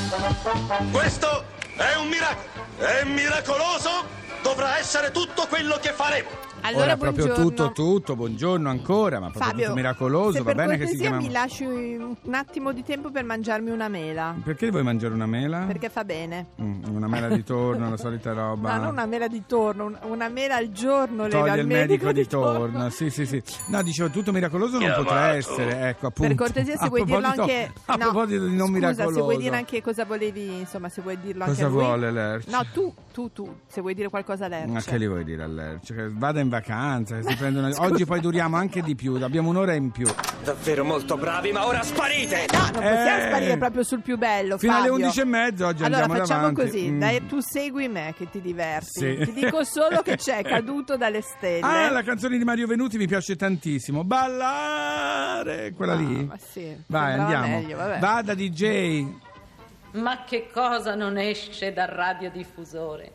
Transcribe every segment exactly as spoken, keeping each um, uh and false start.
Questo è un miracolo. È miracoloso. Dovrà essere tutto quello che faremo. Allora, Ora proprio buongiorno. tutto, tutto, buongiorno ancora, ma proprio Fabio, tutto miracoloso, se va per bene che si cortesia chiama... mi lasci un attimo di tempo per mangiarmi una mela. Perché vuoi mangiare una mela? Perché fa bene. Mm, una mela di torno, la solita roba. No, non una mela di torno, un- una mela al giorno. le- Toglie al il medico di torno. Sì, sì, sì. No, dicevo, tutto miracoloso non potrà essere, ecco, appunto. Per cortesia, se A vuoi dirlo proposito- anche. A no, proposito di non scusa, miracoloso. se vuoi dire anche cosa volevi, insomma, se vuoi dirlo Cosa anche a lui. vuole Lerch? No, tu, tu, tu, se vuoi dire qualcosa a Lerch. Ma che gli vuoi dire a Lerch? Che vada in vacanza, che si prende una... Oggi poi duriamo anche di più, abbiamo un'ora in più. Davvero molto bravi, ma ora sparite. No, non possiamo Eh. sparire proprio sul più bello, Fino Fabio. alle undici e mezza oggi Allora andiamo facciamo davanti. così, Mm. dai, tu segui me che ti diverti. Sì. Ti dico solo che c'è Caduto dalle stelle. Ah, la canzone di Mario Venuti mi piace tantissimo. Ballare, quella Ah, lì. ma sì, Vai, sembrava andiamo. meglio, vabbè. Vada D J. Ma che cosa non esce dal radiodiffusore?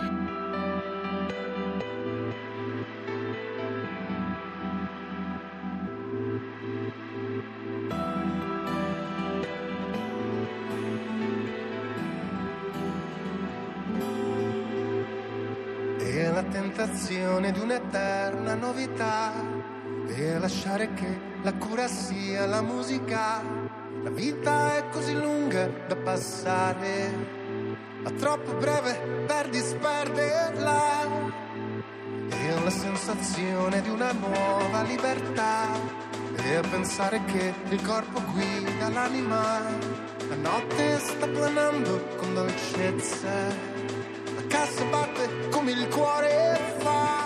E la tentazione di un'eterna novità, e lasciare che la cura sia la musica. La vita è così lunga da passare, ma troppo breve per disperderla. E la sensazione di una nuova libertà, e a pensare che il corpo guida l'anima. La notte sta planando con dolcezza, cassa batte come il cuore fa.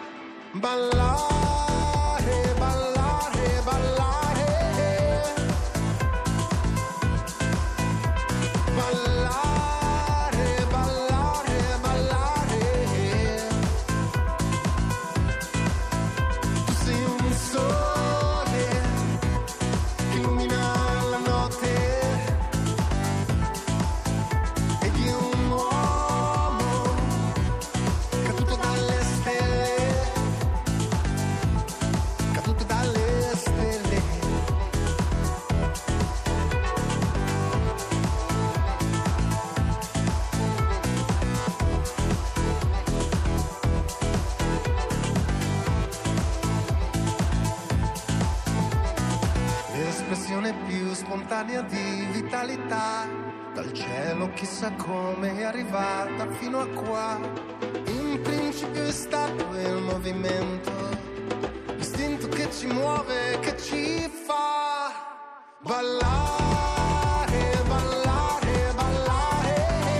Ballare, ballare, ballare. Ballare, ballare, ballare. Tu sei un sole che illumina la notte, e di un uomo caduto dalle stelle, caduto dalle stelle. L'espressione più spontanea di vitalità, dal cielo chissà come è arrivata fino a qua. In principio è stato il movimento, l'istinto che ci muove, che ci fa ballare, ballare, ballare.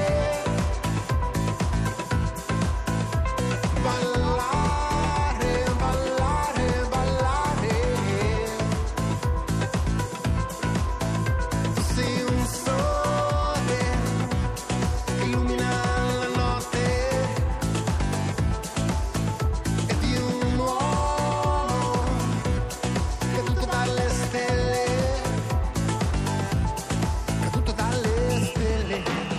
Ballare, ballare, ballare. Tu sei un sole che illumina la notte, e di un uomo caduto dalle stelle, caduto dalle stelle.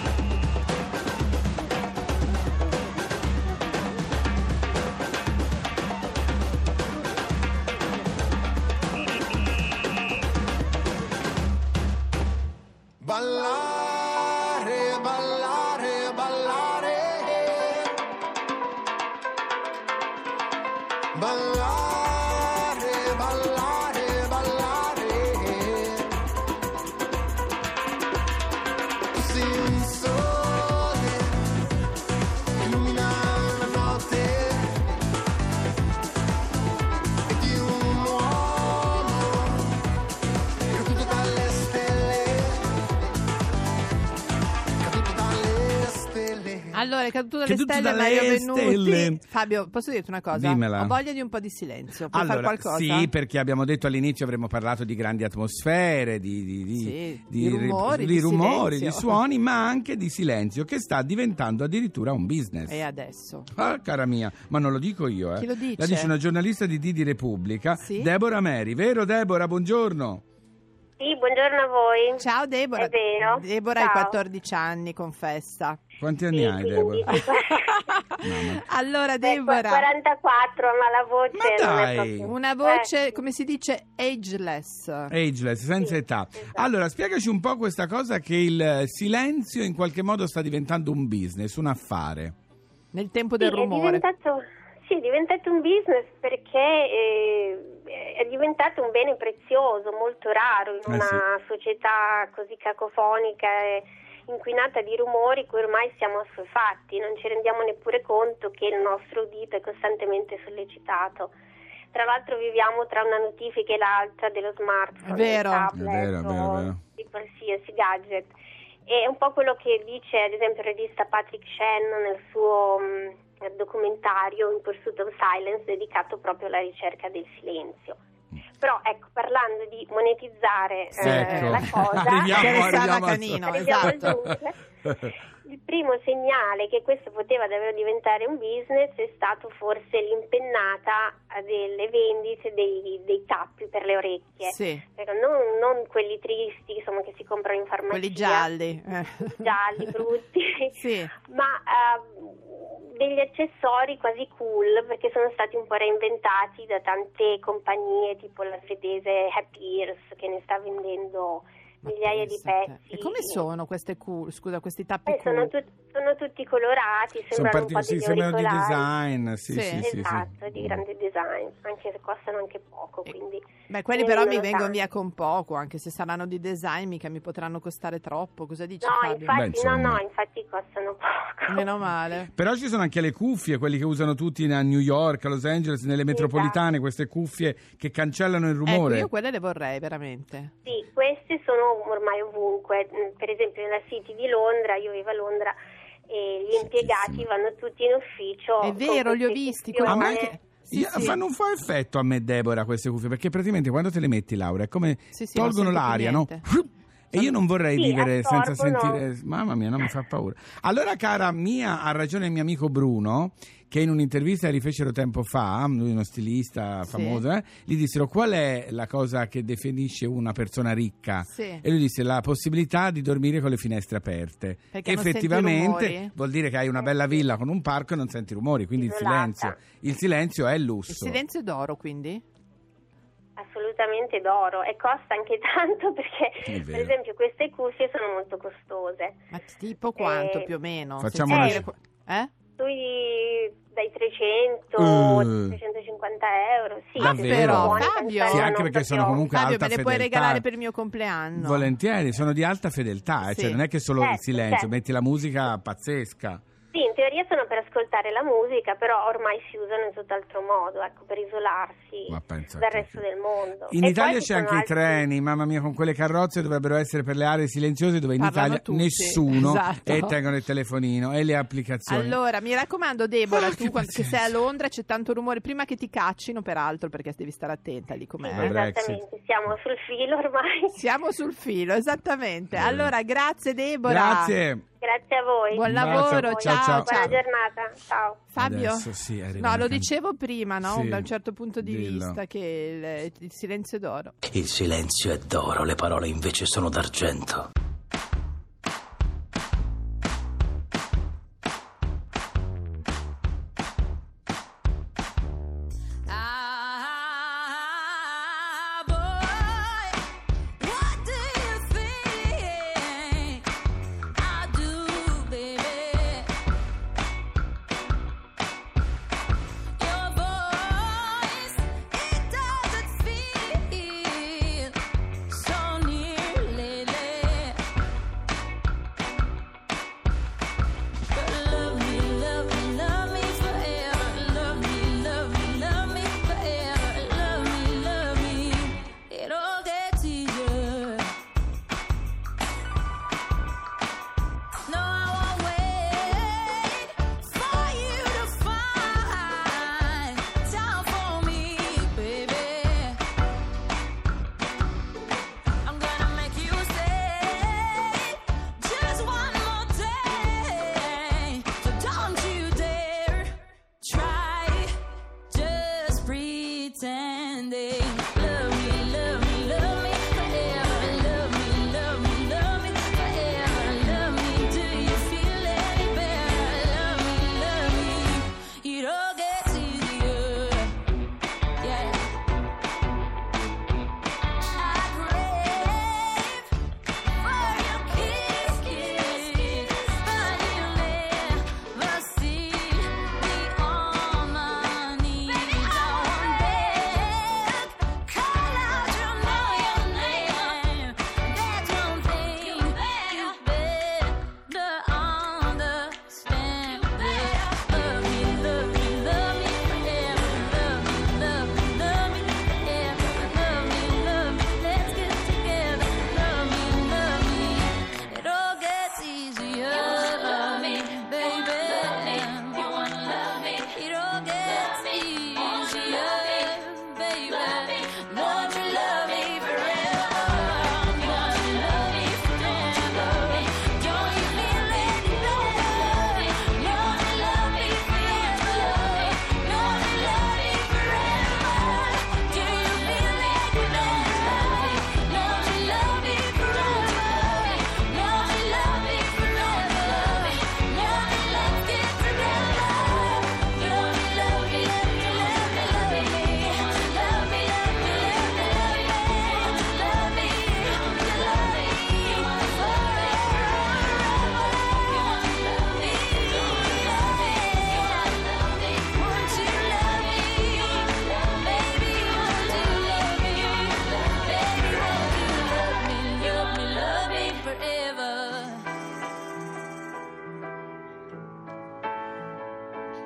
Ballare, ballare, ballare. Ballare, ballare, ballare. Tu sei un sole che illumina la notte, e di un uomo caduto dalle stelle, caduto dalle stelle. Allora, è caduto dalle Caduto stelle dalle Mario Venuti. stelle. Fabio, posso dirti una cosa? Dimmela. Ho voglia di un po' di silenzio. Puoi Allora, fare qualcosa? sì, perché abbiamo detto all'inizio avremmo parlato di grandi atmosfere, di, di, di, Sì, di rumori, di, di rumori, silenzio. di suoni, ma anche di silenzio, che sta diventando addirittura un business. E adesso? Ah, cara mia, ma non lo dico io, eh. Chi lo dice? La dice una giornalista di Didi Repubblica, Sì? Deborah Meri. Vero Deborah, buongiorno. Sì, buongiorno a voi. Ciao Deborah. È vero. Deborah Ciao. hai quattordici anni, confessa. Quanti anni Sì, hai, quindi- Deborah? Beh, Allora Deborah, quarantaquattro, ma la voce Ma non è dai! proprio... una voce, Eh, come si dice, ageless. Ageless, senza Sì, età. esatto. Allora, spiegaci un po' questa cosa che il silenzio in qualche modo sta diventando un business, un affare. Nel tempo sì, del è rumore. diventato, sì, è diventato un business perché eh, è diventato un bene prezioso, molto raro in Eh, una società così cacofonica e inquinata di rumori cui ormai siamo assuefatti, non ci rendiamo neppure conto che il nostro udito è costantemente sollecitato. Tra l'altro viviamo tra una notifica e l'altra dello smartphone, Vero. del tablet È vero, è vero, o è vero. di qualsiasi gadget. È un po' quello che dice ad esempio il regista Patrick Shannon nel suo mh, documentario In Pursuit of Silence, dedicato proprio alla ricerca del silenzio. Però ecco, parlando di monetizzare eh, Ecco. la cosa, Arriviamo, Interessava arriviamo a- Canino, arriviamo al esatto. dunque. Il primo segnale che questo poteva davvero diventare un business è stato forse l'impennata delle vendite dei, dei tappi per le orecchie. Sì, Ecco, non, non quelli tristi, insomma, che si comprano in farmacia, quelli gialli. Eh. gialli, brutti, Sì. ma ehm, degli accessori quasi cool, perché sono stati un po' reinventati da tante compagnie, tipo la svedese Happy Ears, che ne sta vendendo migliaia di Pensate. pezzi. E come sono queste cool? Scusa, questi tappi Eh, cool? sono, tut- sono tutti colorati, Sono sembrano partiti, un po' sì, degli sembrano di auricolari. design, sì, Sì. sì, sì, sì. Esatto, di grande design, anche se costano anche poco, Eh, quindi... Beh, quelli ne però mi vendono vengono tanti. via con poco, anche se saranno di design, mica mi potranno costare troppo. Cosa dici, No, Fabio? infatti, Beh, insomma. no, no, infatti costano poco. Meno male. Però ci sono anche le cuffie, quelli che usano tutti a New York, a Los Angeles, nelle metropolitane, queste cuffie che cancellano il Ecco, rumore. io quelle le vorrei veramente. Sì, questi sono ormai ovunque, per esempio nella City di Londra, io vivo a Londra, e gli impiegati vanno tutti in ufficio. È con vero, li ho queste visti. cuffione. A me quelli- che- Sì, io- sì. fanno un po' effetto a me, Deborah, queste cuffie, perché praticamente quando te le metti, Laura, è come Sì, sì, non tolgono senti più l'aria, no? niente. E io non vorrei Sì, vivere senza assorbono. sentire... Mamma mia, non mi fa paura. Allora, cara mia, ha ragione il mio amico Bruno, che in un'intervista che gli fecero tempo fa, lui è uno stilista Sì. famoso, eh, gli dissero qual è la cosa che definisce una persona ricca? Sì. E lui disse la possibilità di dormire con le finestre aperte. Perché non senti Effettivamente rumori? vuol dire che hai una bella villa con un parco e non senti rumori, quindi il Isolata. silenzio, il silenzio è il Il lusso. silenzio d'oro, quindi? Assolutamente d'oro, e costa anche tanto perché È per vero. esempio queste cuffie sono molto costose. Ma tipo quanto Eh, più o meno? Facciamo Senza una- dire qua- Eh? Sui dai trecento, Uh. trecentocinquanta euro. Sì, Davvero? se sono Però, buoni, Fabio- canzoni Sì, anche non perché sono proprio- comunque Fabio, alta me le puoi fedeltà. regalare per il mio compleanno? Volentieri, sono di alta fedeltà, eh, Sì. cioè non è che solo il Certo, silenzio, certo. metti la musica pazzesca. Sì, in teoria sono per ascoltare la musica, però ormai si usano in tutt'altro modo, ecco, per isolarsi Ma pensa dal te resto che- del mondo. In E Italia poi ci c'è sono anche i altri- treni, mamma mia, con quelle carrozze dovrebbero essere per le aree silenziose dove in Parlano Italia tutti, nessuno esatto. e tengono il telefonino e le applicazioni. Allora, mi raccomando, Deborah, Ah, tu che quando, che pazienza. sei a Londra c'è tanto rumore, prima che ti caccino, peraltro, perché devi stare attenta lì Sì, com'è. Vabbè. Brexit. esattamente, siamo sul filo ormai. Siamo sul filo, esattamente. Eh. Allora, grazie Deborah. Grazie. Grazie a voi. Buon Un bacio. lavoro, Ciao, ciao, ciao. Buona ciao. giornata, ciao. Fabio? Adesso sì, arriva No, una lo can- dicevo prima, no? Sì, Da un certo punto di dillo. vista che il, il silenzio d'oro. Il silenzio è d'oro, le parole invece sono d'argento. Ah, boy, what do you think I do, baby? Your voice, it doesn't feel so near lately.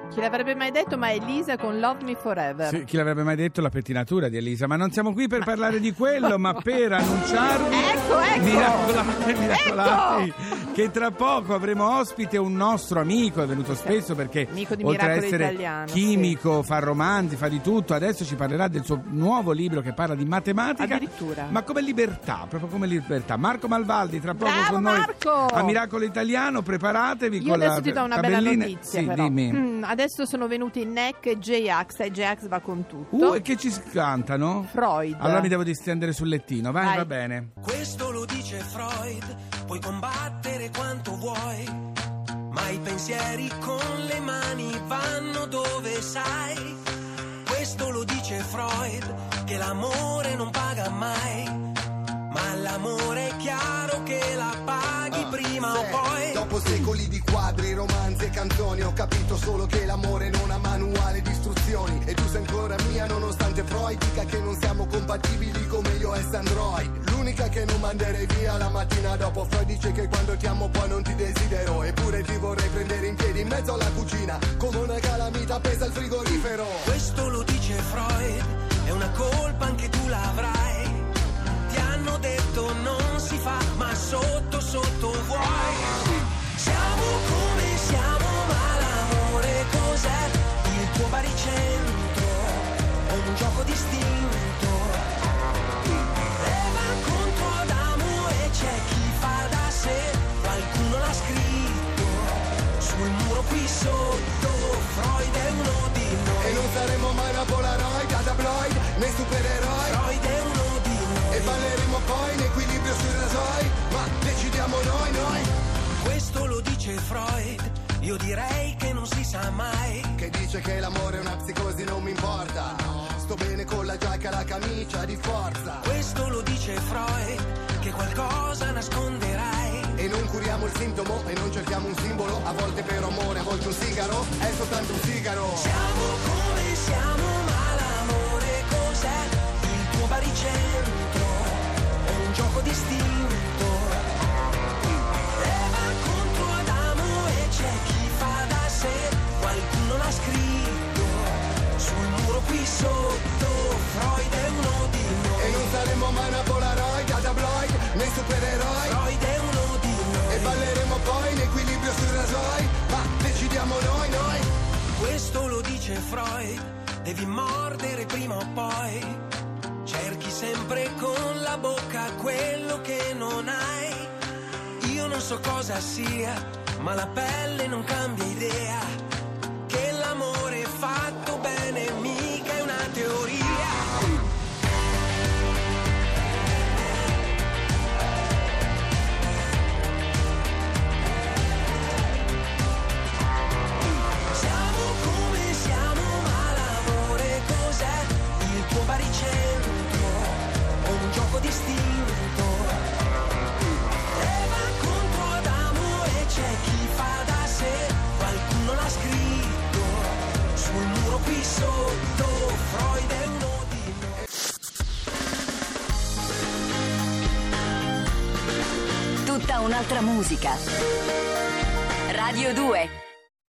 Chi l'avrebbe mai detto, ma Elisa con Love Me Forever. Sì, chi l'avrebbe mai detto, la pettinatura di Elisa. Ma non siamo qui per parlare di quello, ma per annunciarvi Ecco, ecco. miracolati, miracolati Ecco. che tra poco avremo ospite un nostro amico, è venuto spesso perché Amico di oltre a Miracolo essere Italiano, chimico, fa romanzi, fa di tutto, adesso ci parlerà del suo nuovo libro che parla di matematica, Addirittura. ma come libertà, proprio come libertà. Marco Malvaldi tra poco Bravo, con noi Marco! a Miracolo Italiano, preparatevi Io con adesso la ti do una bella tabellina. notizia, Sì, però. dimmi. Mm, adesso sono venuti in N E C e J-Ax, e J-Ax va con tutto. Uh, e che ci cantano? Freud. Allora mi devo distendere sul lettino, vai, Vai. va bene. Questo lo dice Freud, puoi combattere quanto vuoi, ma i pensieri con le mani vanno dove sai. Questo lo dice Freud, che l'amore non paga mai, ma l'amore è chiaro che la paghi prima o poi. Dopo secoli di quadri, romanzi e canzoni, ho capito solo che l'amore non ha manuale di istruzioni. E tu sei ancora mia nonostante Freud dica che non siamo compatibili come io e Sandroid. L'unica che non manderei via la mattina dopo. Freud dice che quando ti amo poi non ti desidero, eppure ti vorrei prendere in piedi in mezzo alla cucina come una calamita appesa al frigorifero. Questo lo dice Freud, è una colpa anche tu l'avrai. Ti hanno detto non si fa, ma sotto sotto vuoi. Siamo come siamo, ma l'amore cos'è? Il tuo baricentro o un gioco distinto? Eva contro Adamo e c'è chi fa da sé, qualcuno l'ha scritto sul muro qui sotto. Freud è uno di noi E non saremo mai una Polaroid, a tabloid, né supereroi. Freud è uno di noi E balleremo poi in equilibrio sui rasoi, ma decidiamo noi, noi. Questo lo dice Freud, io direi che non si sa mai. Che dice che l'amore è una psicosi, non mi importa. Sto bene con la giacca e la camicia di forza. Questo lo dice Freud, che qualcosa nasconderai. E non curiamo il sintomo e non cerchiamo un simbolo. A volte per amore, a volte un sigaro, è soltanto un sigaro. Siamo come siamo, ma l'amore cos'è? Il tuo baricentro è un gioco distinto. Eva contro Adamo e c'è chi fa da sé, qualcuno l'ha scritto sul muro qui sotto. Freud è uno di noi E non saremo mai una Polaroid, a tabloid, né supereroi. Freud è uno di noi E balleremo poi in equilibrio sui rasoi, ma decidiamo noi, noi. Questo lo dice Freud, devi mordere prima o poi. Cerchi sempre con la bocca quello che non hai. Io non so cosa sia, ma la pelle non cambia idea. Che l'amore fatto bene mica è una teoria. Siamo come siamo, ma l'amore cos'è? Il tuo baricentro o un gioco distinto? Eva contro Adamo e c'è chi fa da sé, qualcuno l'ha scritto sul muro qui sotto. Freud è uno di noi Tutta un'altra musica. Radio due.